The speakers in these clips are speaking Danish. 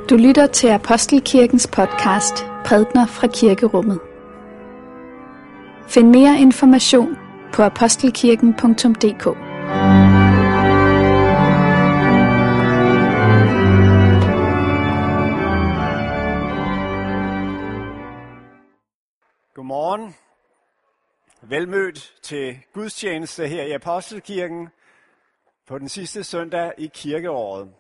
Du lytter til Apostelkirkens podcast Prædner fra Kirkerummet. Find mere information på apostelkirken.dk. Godmorgen. Velmødt til gudstjeneste her i Apostelkirken på den sidste søndag i kirkeåret.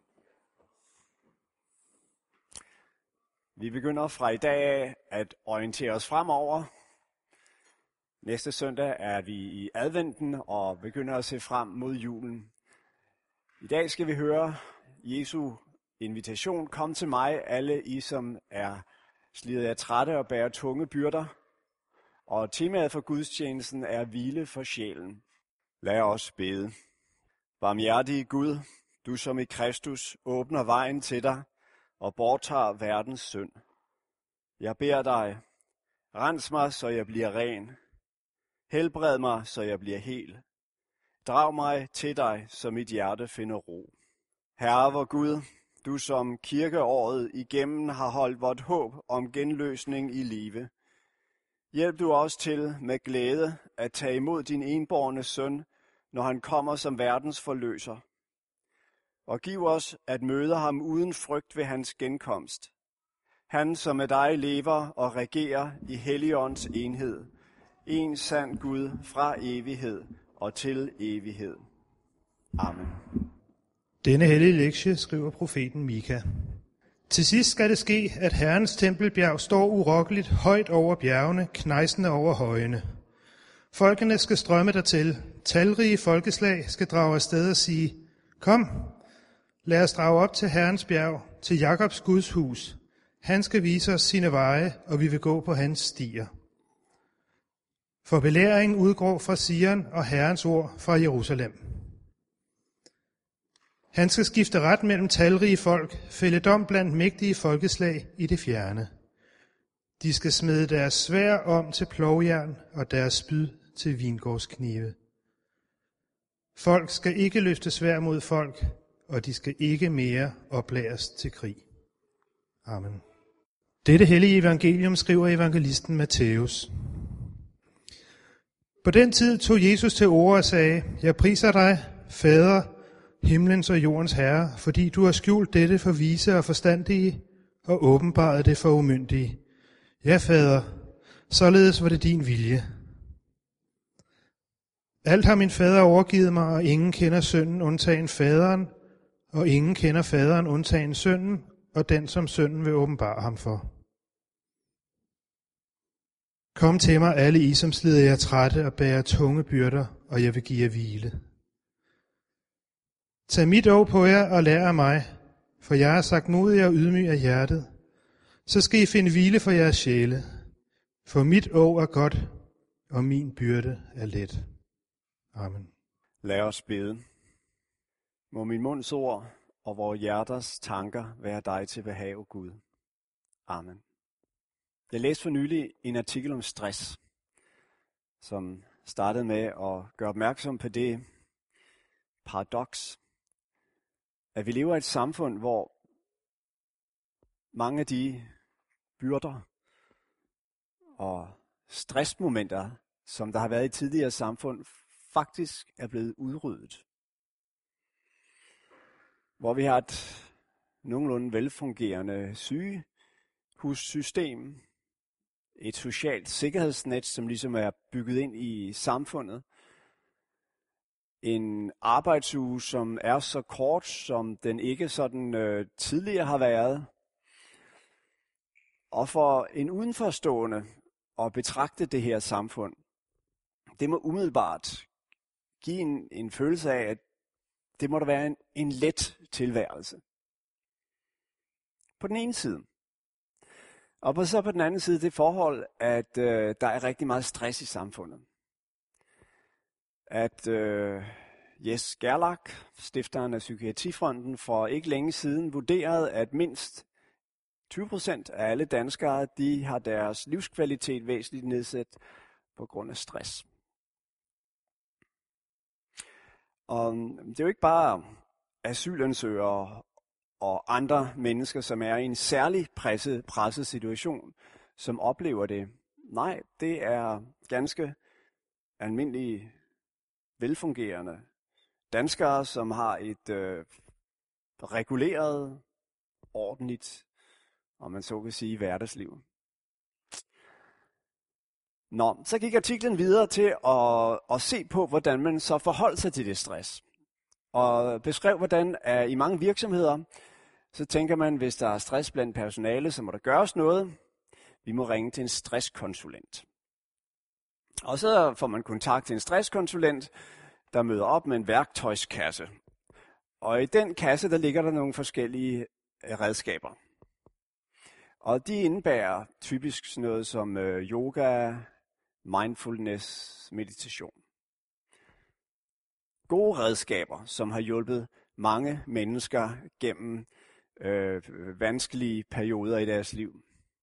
Vi begynder fra i dag af at orientere os fremover. Næste søndag er vi i adventen og begynder at se frem mod julen. I dag skal vi høre Jesu invitation. Kom til mig, alle I, som er slidt af trætte og bærer tunge byrder. Og temaet for gudstjenesten er hvile for sjælen. Lad os bede. Barmhjertige Gud, du som i Kristus åbner vejen til dig og borttager verdens synd. Jeg beder dig, rens mig, så jeg bliver ren. Helbred mig, så jeg bliver hel. Drag mig til dig, så mit hjerte finder ro. Herre vor Gud, du som kirkeåret igennem har holdt vort håb om genløsning i live. Hjælp du os til med glæde at tage imod din enbårne søn, når han kommer som verdens forløser. Og giv os at møde ham uden frygt ved hans genkomst. Han, som med dig lever og regerer i Helligåndens enhed. En sand Gud fra evighed og til evighed. Amen. Denne hellige lektie skriver profeten Mika. Til sidst skal det ske, at Herrens tempelbjerg står urokkeligt højt over bjergene, knejsende over højene. Folkene skal strømme dertil. Talrige folkeslag skal drage afsted og sige, kom, lad os drage op til Herrens bjerg, til Jakobs Guds hus. Han skal vise os sine veje, og vi vil gå på hans stier. For belæringen udgår fra Sion og Herrens ord fra Jerusalem. Han skal skifte ret mellem talrige folk, fælde dom blandt mægtige folkeslag i det fjerne. De skal smide deres sværd om til plovjern og deres spyd til vingårdsknive. Folk skal ikke løfte sværd mod folk, og de skal ikke mere oplæres til krig. Amen. Dette hellige evangelium skriver evangelisten Matthæus. På den tid tog Jesus til orde og sagde, jeg priser dig, Fader, himlens og jordens herre, fordi du har skjult dette for vise og forstandige og åbenbaret det for umyndige. Ja, Fader, således var det din vilje. Alt har min fader overgivet mig, og ingen kender sønnen undtagen faderen, og ingen kender faderen undtagen sønnen, og den som sønnen vil åbenbare ham for. Kom til mig, alle I, som slider jer trætte og bærer tunge byrder, og jeg vil give jer hvile. Tag mit åg på jer og lær af mig, for jeg har sagt modig og ydmyg af hjertet. Så skal I finde hvile for jeres sjæle, for mit åg er godt, og min byrde er let. Amen. Lad os bede. Må min munds ord og vores hjerters tanker være dig til behag, Gud. Amen. Jeg læste for nylig en artikel om stress, som startede med at gøre opmærksom på det paradoks, at vi lever i et samfund, hvor mange af de byrder og stressmomenter, som der har været i tidligere samfund, faktisk er blevet udryddet. Hvor vi har et nogenlunde velfungerende sygehussystem, et socialt sikkerhedsnet, som ligesom er bygget ind i samfundet, en arbejdsuge, som er så kort, som den ikke sådan tidligere har været. Og for en udenforstående at betragte det her samfund, det må umiddelbart give en følelse af, at det må da være en let tilværelse. På den ene side. Og så på den anden side det forhold, at der er rigtig meget stress i samfundet. At Jes Gerlach, stifteren af Psykiatrifronten, for ikke længe siden vurderede, at mindst 20% af alle danskere, de har deres livskvalitet væsentligt nedsat på grund af stress. Og det er jo ikke bare asylansøgere og andre mennesker, som er i en særlig presset situation, som oplever det. Nej, det er ganske almindelige, velfungerende danskere, som har et reguleret, ordentligt, om man så kan sige, hverdagsliv. Nå, så gik artiklen videre til at se på, hvordan man så forholdt sig til det stress. Og beskrev, hvordan i mange virksomheder, så tænker man, hvis der er stress blandt personale, så må der gøres noget. Vi må ringe til en stresskonsulent. Og så får man kontakt til en stresskonsulent, der møder op med en værktøjskasse. Og i den kasse, der ligger der nogle forskellige redskaber. Og de indebærer typisk sådan noget som yoga, mindfulness, meditation. Gode redskaber, som har hjulpet mange mennesker gennem vanskelige perioder i deres liv.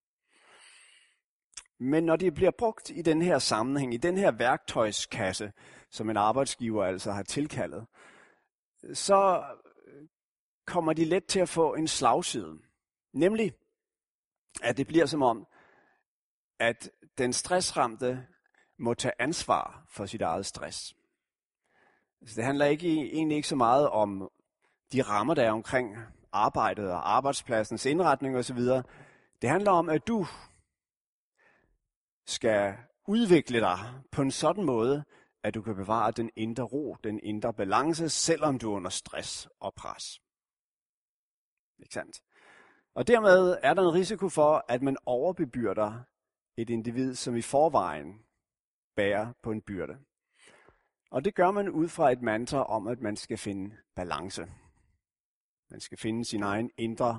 Men når de bliver brugt i den her sammenhæng, i den her værktøjskasse, som en arbejdsgiver altså har tilkaldet, så kommer de let til at få en slagside. Nemlig, at det bliver som om, at den stressramte må tage ansvar for sit eget stress. Så det handler egentlig ikke så meget om de rammer, der er omkring arbejdet og arbejdspladsens indretning osv. Det handler om, at du skal udvikle dig på en sådan måde, at du kan bevare den indre ro, den indre balance, selvom du er under stress og pres. Ikke sandt? Og dermed er der en risiko for, at man overbebyrder et individ, som i forvejen bærer på en byrde. Og det gør man ud fra et mantra om, at man skal finde balance. Man skal finde sin egen indre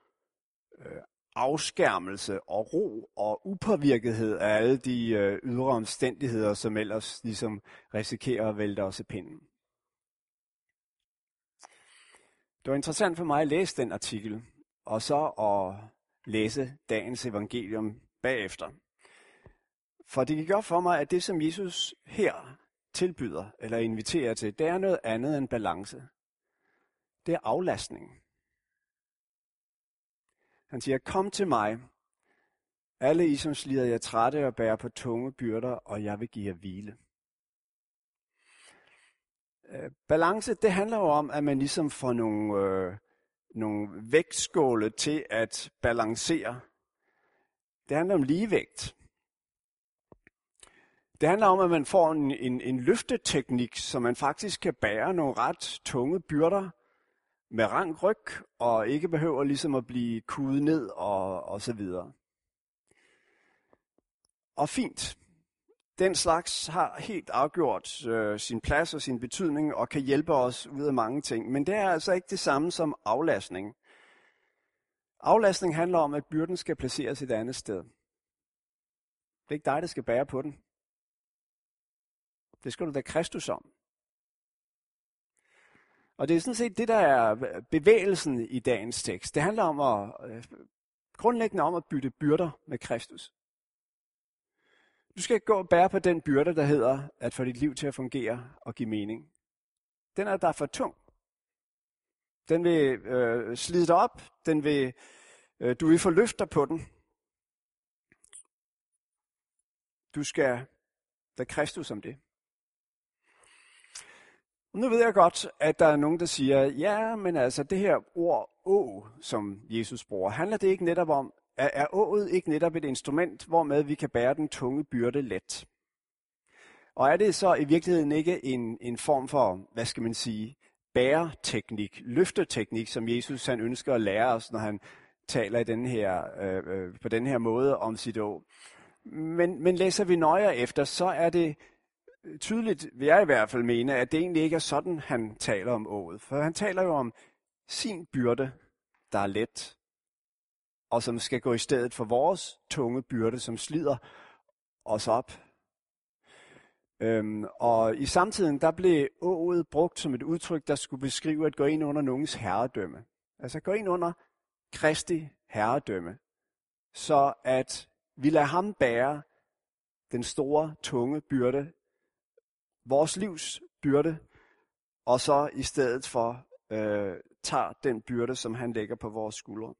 afskærmelse og ro og upåvirkethed af alle de ydre omstændigheder, som ellers ligesom risikerer at vælte os i pinden. Det var interessant for mig at læse den artikel, og så at læse dagens evangelium bagefter. For det gik op for mig, at det, som Jesus her tilbyder eller inviterer til, det er noget andet end balance. Det er aflastning. Han siger, kom til mig, alle I som slider jer trætte og bærer på tunge byrder, og jeg vil give jer hvile. Balance, det handler jo om, at man ligesom får nogle vægtskåle til at balancere. Det handler om ligevægt. Det handler om, at man får en løfteteknik, så man faktisk kan bære nogle ret tunge byrder med rank ryg, og ikke behøver ligesom at blive kudet ned og så videre. Og fint. Den slags har helt afgjort sin plads og sin betydning, og kan hjælpe os ud af mange ting. Men det er altså ikke det samme som aflastning. Aflastning handler om, at byrden skal placeres et andet sted. Det er ikke dig, der skal bære på den. Det skal du da Kristus om. Og det er sådan set det, der er bevægelsen i dagens tekst. Det handler om grundlæggende om at bytte byrder med Kristus. Du skal ikke gå og bære på den byrde, der hedder at få dit liv til at fungere og give mening. Den er der for tung. Den vil slide dig op. Du vil få løfter på den. Du skal da Kristus om det. Nu ved jeg godt, at der er nogen, der siger, ja, men altså det her ord som Jesus bruger, handler det ikke netop om, er ået ikke netop et instrument, hvormed vi kan bære den tunge byrde let? Og er det så i virkeligheden ikke en form for, hvad skal man sige, bæreteknik, løfteteknik, som Jesus han ønsker at lære os, når han taler i på den her måde om sit å? Men læser vi nøjere efter, så er det tydeligt, vil jeg i hvert fald mene, at det egentlig ikke er sådan, han taler om ået. For han taler jo om sin byrde, der er let, og som skal gå i stedet for vores tunge byrde, som slider os op. Og i samtiden, der blev ået brugt som et udtryk, der skulle beskrive at gå ind under nogens herredømme. Altså gå ind under Kristi herredømme, så at vi lader ham bære den store, tunge byrde, vores livs byrde, og så i stedet for tager den byrde, som han lægger på vores skuldre.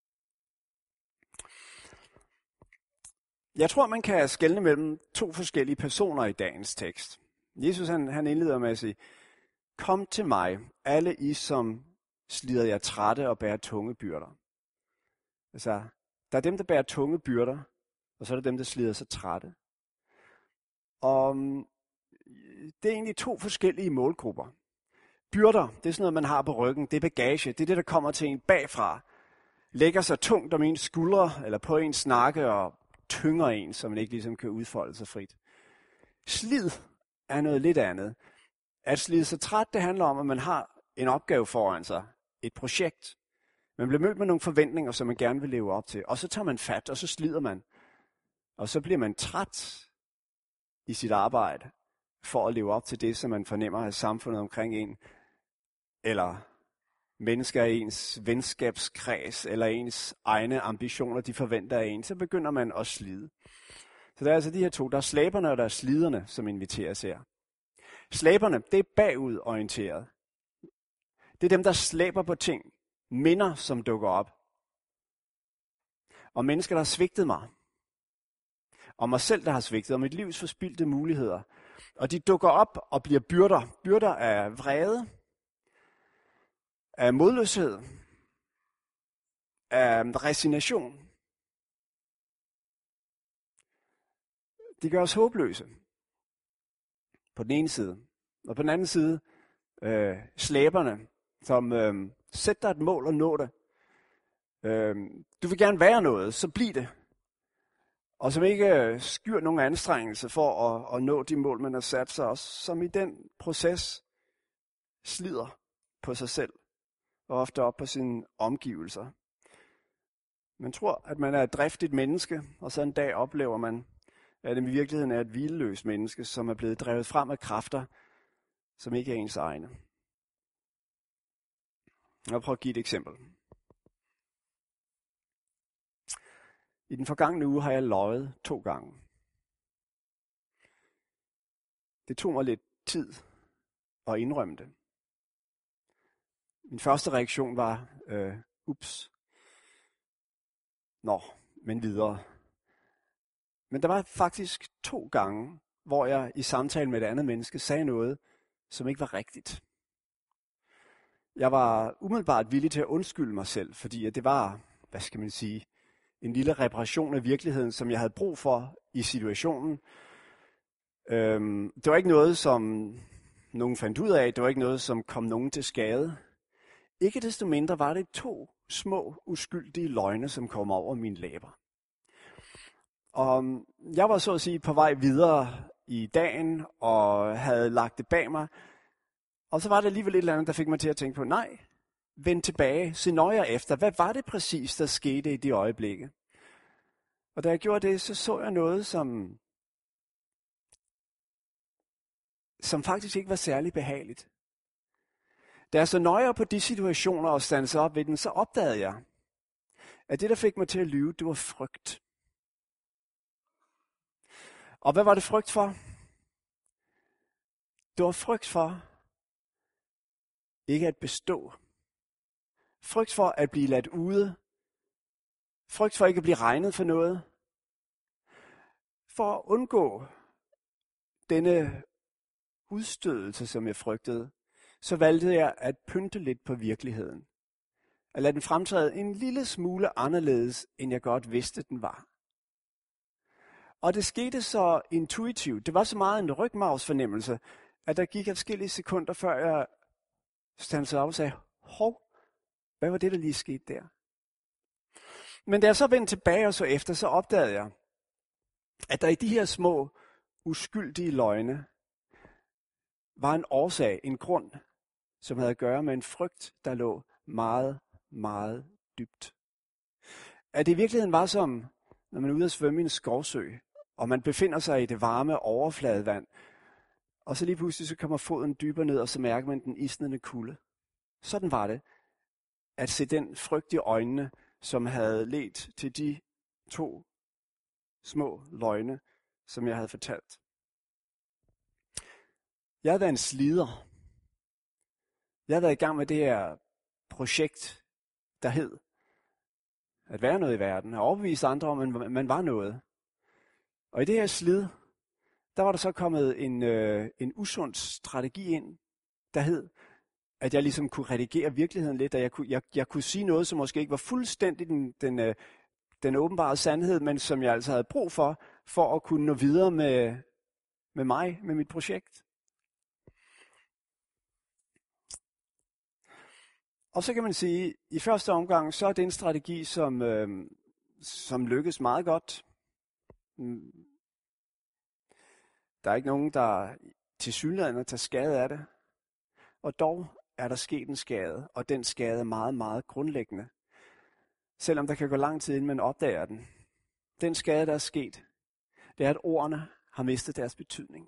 Jeg tror, man kan skelne mellem to forskellige personer i dagens tekst. Jesus han indleder med at sige, kom til mig, alle I, som slider jer trætte og bærer tunge byrder. Altså, der er dem, der bærer tunge byrder, og så er der dem, der slider sig trætte. Og det er egentlig to forskellige målgrupper. Byrder, det er sådan noget, man har på ryggen. Det er bagage. Det er det, der kommer til en bagfra. Lægger sig tungt om ens skuldre, eller på ens nakke, og tynger en, så man ikke ligesom kan udfolde sig frit. Slid er noget lidt andet. At slide sig træt, det handler om, at man har en opgave foran sig. Et projekt. Man bliver mødt med nogle forventninger, som man gerne vil leve op til. Og så tager man fat, og så slider man. Og så bliver man træt i sit arbejde, for at leve op til det, som man fornemmer af samfundet omkring en, eller mennesker i ens venskabskreds, eller ens egne ambitioner, de forventer af en, så begynder man at slide. Så der er altså de her to, der er slæberne, og der er sliderne, som inviteres her. Slæberne, det er bagudorienteret. Det er dem, der slæber på ting, minder, som dukker op. Og mennesker, der har svigtet mig. Og mig selv, der har svigtet, og mit livs forspildte muligheder. Og de dukker op og bliver byrder. Byrder af vrede, af modløshed, af resignation. De gør os håbløse. På den ene side. Og på den anden side, slæberne, som sætter et mål og nå det. Du vil gerne være noget, så bliv det. Og som ikke skyr nogen anstrengelse for at nå de mål, man har sat sig, og som i den proces slider på sig selv, og ofte op på sine omgivelser. Man tror, at man er et driftigt menneske, og så en dag oplever man, at det i virkeligheden er et hvileløst menneske, som er blevet drevet frem af kræfter, som ikke er ens egne. Jeg vil prøve at give et eksempel. I den forgangne uge har jeg løjet 2 gange. Det tog mig lidt tid at indrømme det. Min første reaktion var, ups. Nå, men videre. Men der var faktisk 2 gange, hvor jeg i samtale med et andet menneske sagde noget, som ikke var rigtigt. Jeg var umiddelbart villig til at undskylde mig selv, fordi det var, hvad skal man sige, en lille reparation af virkeligheden, som jeg havde brug for i situationen. Det var ikke noget, som nogen fandt ud af. Det var ikke noget, som kom nogen til skade. Ikke desto mindre var det 2 små, uskyldige løgne, som kom over mine læber. Og jeg var så at sige på vej videre i dagen, og havde lagt det bag mig. Og så var det alligevel et eller andet, der fik mig til at tænke på, nej, vend tilbage, se nøjere efter. Hvad var det præcis, der skete i de øjeblikke? Og da jeg gjorde det, så jeg noget, som faktisk ikke var særlig behageligt. Da jeg så nøjere på de situationer og standsede op ved den, så opdagede jeg, at det, der fik mig til at lyve, det var frygt. Og hvad var det frygt for? Det var frygt for ikke at bestå. Frygt for at blive ladt ude. Frygt for ikke at blive regnet for noget. For at undgå denne udstødelse, som jeg frygtede, så valgte jeg at pynte lidt på virkeligheden. At lade den fremtræde en lille smule anderledes, end jeg godt vidste, den var. Og det skete så intuitivt. Det var så meget en rygmarvsfornemmelse, at der gik forskellige sekunder, før jeg standsede op og sagde, hov, hvad var det, der lige skete der? Men da jeg så vendte tilbage og så efter, så opdagede jeg, at der i de her små, uskyldige løgne, var en årsag, en grund, som havde at gøre med en frygt, der lå meget, meget dybt. At det i virkeligheden var som, når man er ude at svømme i en skovsø, og man befinder sig i det varme overfladevand, og så lige pludselig så kommer foden dybere ned, og så mærker man den isnende kulde. Sådan var det, at se den frygt i øjnene, som havde ledt til de 2 små løgne, som jeg havde fortalt. Jeg havde været en slider. Jeg havde været i gang med det her projekt, der hed at være noget i verden, og overbevise andre om, at man var noget. Og i det her slid, der var der så kommet en usund strategi ind, der hed, at jeg ligesom kunne redigere virkeligheden lidt, og jeg kunne sige noget, som måske ikke var fuldstændig den åbenbare sandhed, men som jeg altså havde brug for at kunne nå videre med mig, med mit projekt. Og så kan man sige, at i første omgang, så er det en strategi, som lykkes meget godt. Der er ikke nogen, der tilsyneladende tager skade af det. Og dog er der sket en skade, og den skade er meget, meget grundlæggende. Selvom der kan gå lang tid, inden man opdager den. Den skade, der er sket, det er, at ordene har mistet deres betydning.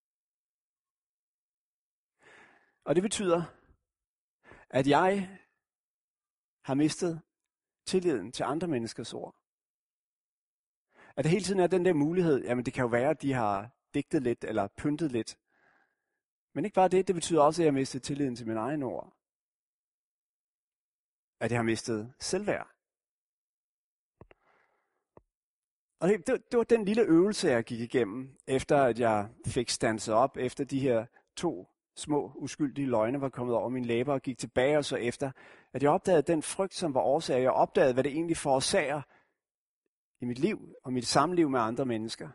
Og det betyder, at jeg har mistet tilliden til andre menneskers ord. At det hele tiden er den der mulighed, jamen det kan jo være, at de har digtet lidt eller pyntet lidt. Men ikke bare det, det betyder også, at jeg har mistet tilliden til min egen ord. At jeg har mistet selvværd. Og det var den lille øvelse, jeg gik igennem, efter at jeg fik standset op, efter de her 2 små, uskyldige løgne var kommet over mine læber og gik tilbage, og så efter, at jeg opdagede den frygt, som var årsag. Jeg opdagede, hvad det egentlig forårsager i mit liv og mit samliv med andre mennesker.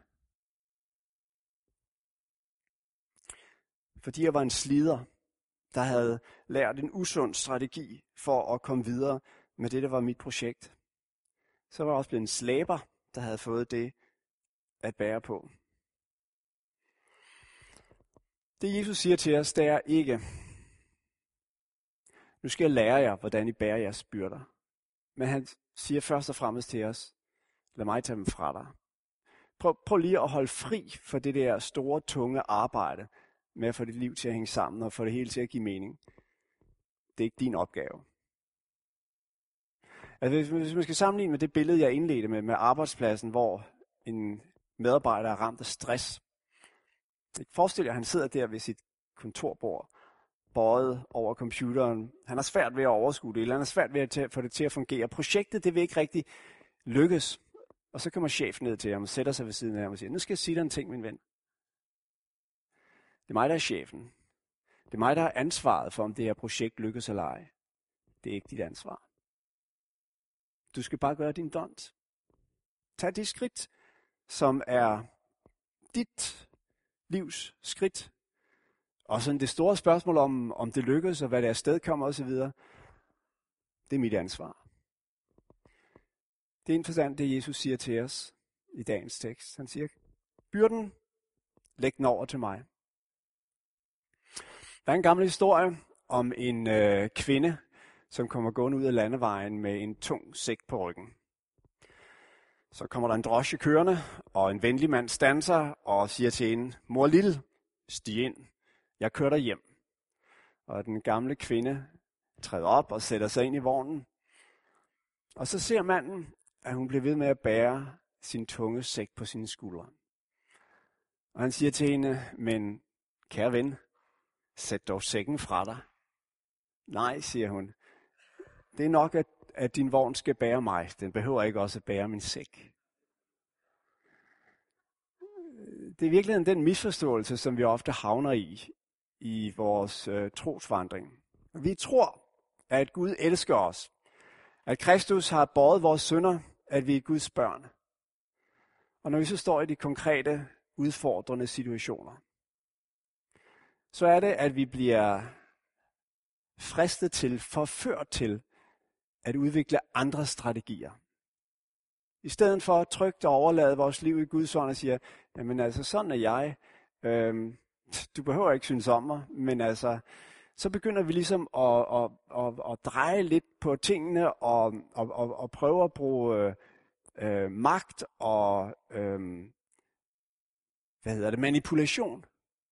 Fordi jeg var en slider, der havde lært en usund strategi for at komme videre med det, der var mit projekt. Så var jeg også blevet en slæber, der havde fået det at bære på. Det Jesus siger til os, det er ikke, nu skal jeg lære jer, hvordan I bærer jeres byrder. Men han siger først og fremmest til os, lad mig tage dem fra dig. Prøv lige at holde fri for det der store, tunge arbejde med at få dit liv til at hænge sammen og få det hele til at give mening. Det er ikke din opgave. Altså, hvis man skal sammenligne med det billede, jeg indledte med arbejdspladsen, hvor en medarbejder er ramt af stress. Forestil jer, at han sidder der ved sit kontorbord, bøjet over computeren. Han har svært ved at overskue det, eller han har svært ved at få det til at fungere. Projektet, det vil ikke rigtig lykkes. Og så kommer chefen ned til ham og sætter sig ved siden af ham og siger, nu skal jeg sige dig en ting, min ven. Det er mig, der er chefen. Det er mig, der har ansvaret for, om det her projekt lykkes eller ej. Det er ikke dit ansvar. Du skal bare gøre din dont. Tag det skridt, som er dit livs skridt. Og sådan det store spørgsmål om det lykkes, og hvad det afsted kommer osv., det er mit ansvar. Det er interessant, det Jesus siger til os i dagens tekst. Han siger, byrden, læg den over til mig. Der er en gammel historie om en kvinde, som kommer gående ud af landevejen med en tung sæk på ryggen. Så kommer der en drosje kørende, og en venlig mand standser og siger til hende, mor lille, stig ind, jeg kører dig hjem. Og den gamle kvinde træder op og sætter sig ind i vognen. Og så ser manden, at hun bliver ved med at bære sin tunge sæk på sine skuldre. Og han siger til hende, men kære ven, sæt dog sækken fra dig. Nej, siger hun. Det er nok, at din vogn skal bære mig. Den behøver ikke også at bære min sæk. Det er virkelig den misforståelse, som vi ofte havner i vores trosvandring. Vi tror, at Gud elsker os. At Kristus har båret vores synder, at vi er Guds børn. Og når vi så står i de konkrete, udfordrende situationer, så er det, at vi bliver fristet til, forført til, at udvikle andre strategier. I stedet for trygt at overlade vores liv i Guds hånd og sige, jamen altså sådan er jeg, du behøver ikke synes om mig, men altså, så begynder vi ligesom at dreje lidt på tingene og prøve at bruge magt og manipulation.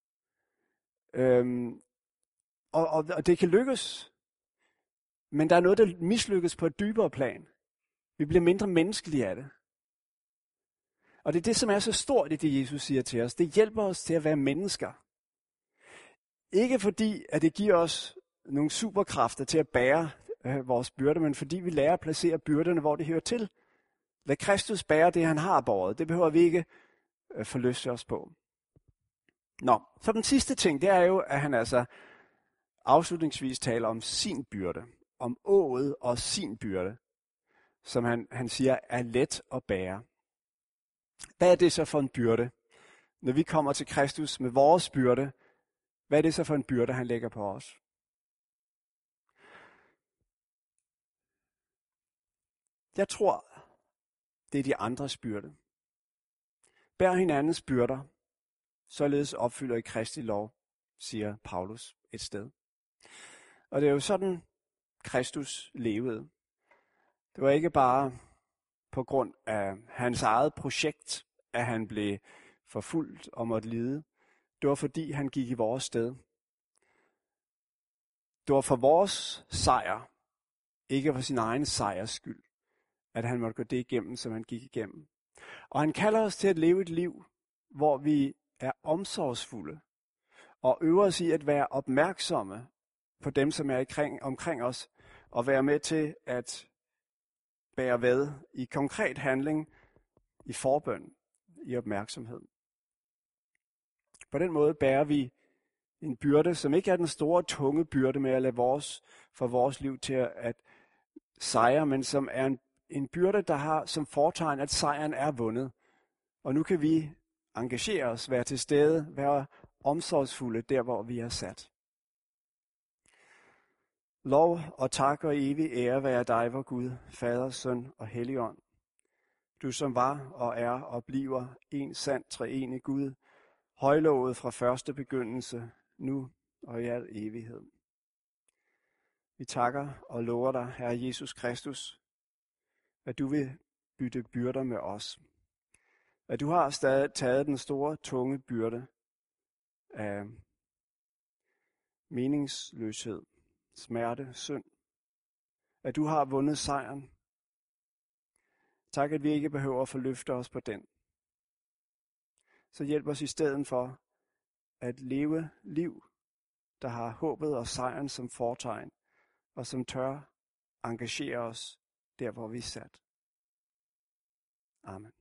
Og det kan lykkes, men der er noget, der mislykkes på et dybere plan. Vi bliver mindre menneskelige af det. Og det er det, som er så stort i det, Jesus siger til os. Det hjælper os til at være mennesker. Ikke fordi, at det giver os nogle superkræfter til at bære vores byrder, men fordi vi lærer at placere byrderne, hvor de hører til. Lad Kristus bære det, han har båret. Det behøver vi ikke forlyste os på. Nå, så den sidste ting, det er jo, at han altså afslutningsvis taler om sin byrde. Om ået og sin byrde, som han siger er let at bære. Hvad er det så for en byrde? Når vi kommer til Kristus med vores byrde, hvad er det så for en byrde, han lægger på os? Jeg tror, det er de andres byrde. Bær hinandens byrder, således opfylder I Kristi lov, siger Paulus et sted. Og det er jo sådan, Kristus levede. Det var ikke bare på grund af hans eget projekt, at han blev forfulgt og måtte lide. Det var fordi, han gik i vores sted. Det var for vores sejr, ikke for sin egen sejrs skyld, at han måtte gå det igennem, som han gik igennem. Og han kalder os til at leve et liv, hvor vi er omsorgsfulde og øver os i at være opmærksomme på dem, som er omkring os, og være med til at bære ved i konkret handling, i forbøn, i opmærksomhed. På den måde bærer vi en byrde, som ikke er den store, tunge byrde med at lade vores liv til at sejre, men som er en byrde, der har som fortegn, at sejren er vundet. Og nu kan vi engagere os, være til stede, være omsorgsfulde der, hvor vi er sat. Lov og tak og evig ære være dig, vor Gud, Fader, Søn og Helligånd. Du som var og er og bliver en sand treenig Gud, højlovet fra første begyndelse, nu og i al evighed. Vi takker og lover dig, Herre Jesus Kristus, at du vil bytte byrder med os. At du har stadig taget den store, tunge byrde af meningsløshed, smerte, synd. At du har vundet sejren. Tak, at vi ikke behøver at forløfte os på den. Så hjælp os i stedet for at leve liv, der har håbet og sejren som fortegn, og som tør engagere os der, hvor vi er sat. Amen.